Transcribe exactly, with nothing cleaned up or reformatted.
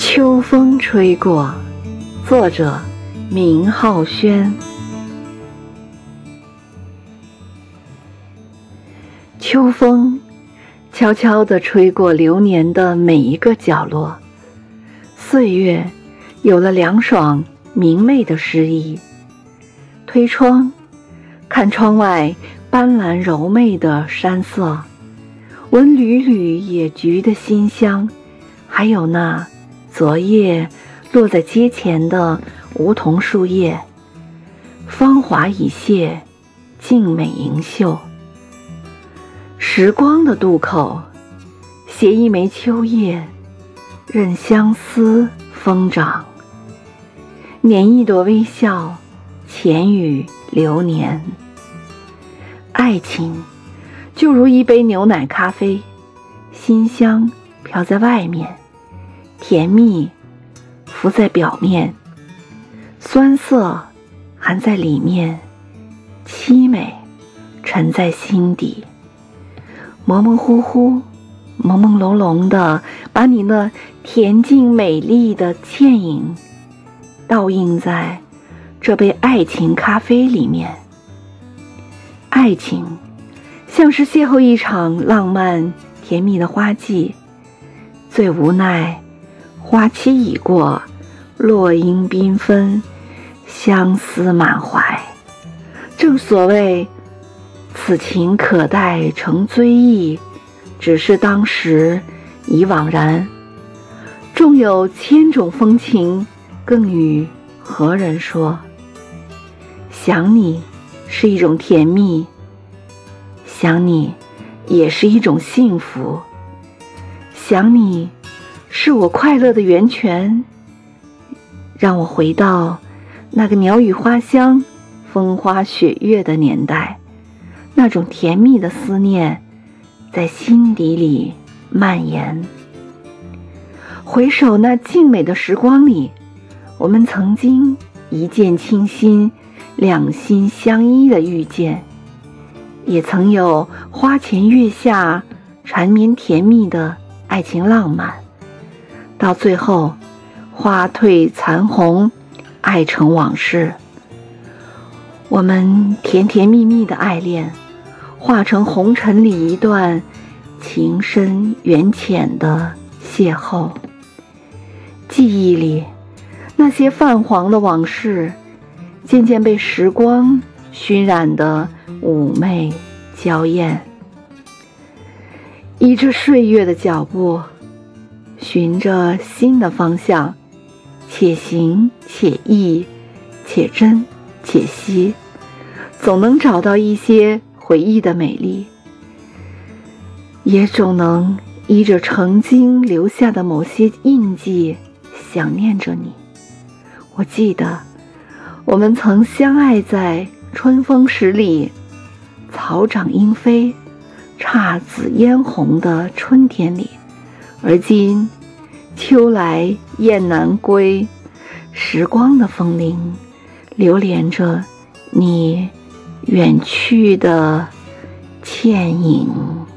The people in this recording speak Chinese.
秋风吹过，作者明浩轩。秋风悄悄地吹过流年的每一个角落，岁月有了凉爽明媚的诗意。推窗，看窗外斑斓柔媚的山色，闻缕缕野菊的馨香，还有那昨夜落在街前的梧桐树叶，芳华已谢，静美盈袖。时光的渡口，携一枚秋叶，任相思疯长，捻一朵微笑，浅语流年。爱情就如一杯牛奶咖啡，馨香飘在外面，甜蜜浮在表面，酸涩含在里面，凄美沉在心底。模模糊糊，朦朦胧胧的，把你那恬静美丽的倩影倒映在这杯爱情咖啡里面。爱情像是邂逅一场浪漫甜蜜的花季，最无奈花期已过，落英缤纷，相思满怀。正所谓此情可待成追忆，只是当时已惘然。纵有千种风情，更与何人说？想你是一种甜蜜，想你也是一种幸福，想你是我快乐的源泉，让我回到那个鸟语花香、风花雪月的年代，那种甜蜜的思念在心底里蔓延。回首那静美的时光里，我们曾经一见倾心，两心相依的遇见，也曾有花前月下缠绵甜蜜的爱情浪漫，到最后花褪残红，爱成往事。我们甜甜蜜蜜的爱恋，化成红尘里一段情深缘浅的邂逅。记忆里那些泛黄的往事，渐渐被时光熏染得妩媚娇艳。依着岁月的脚步，循着新的方向，且行且忆，且珍且惜，总能找到一些回忆的美丽，也总能依着曾经留下的某些印记想念着你。我记得我们曾相爱在春风十里，草长莺飞，姹紫嫣红的春天里，而今秋来雁南归，时光的风铃流连着你远去的倩影。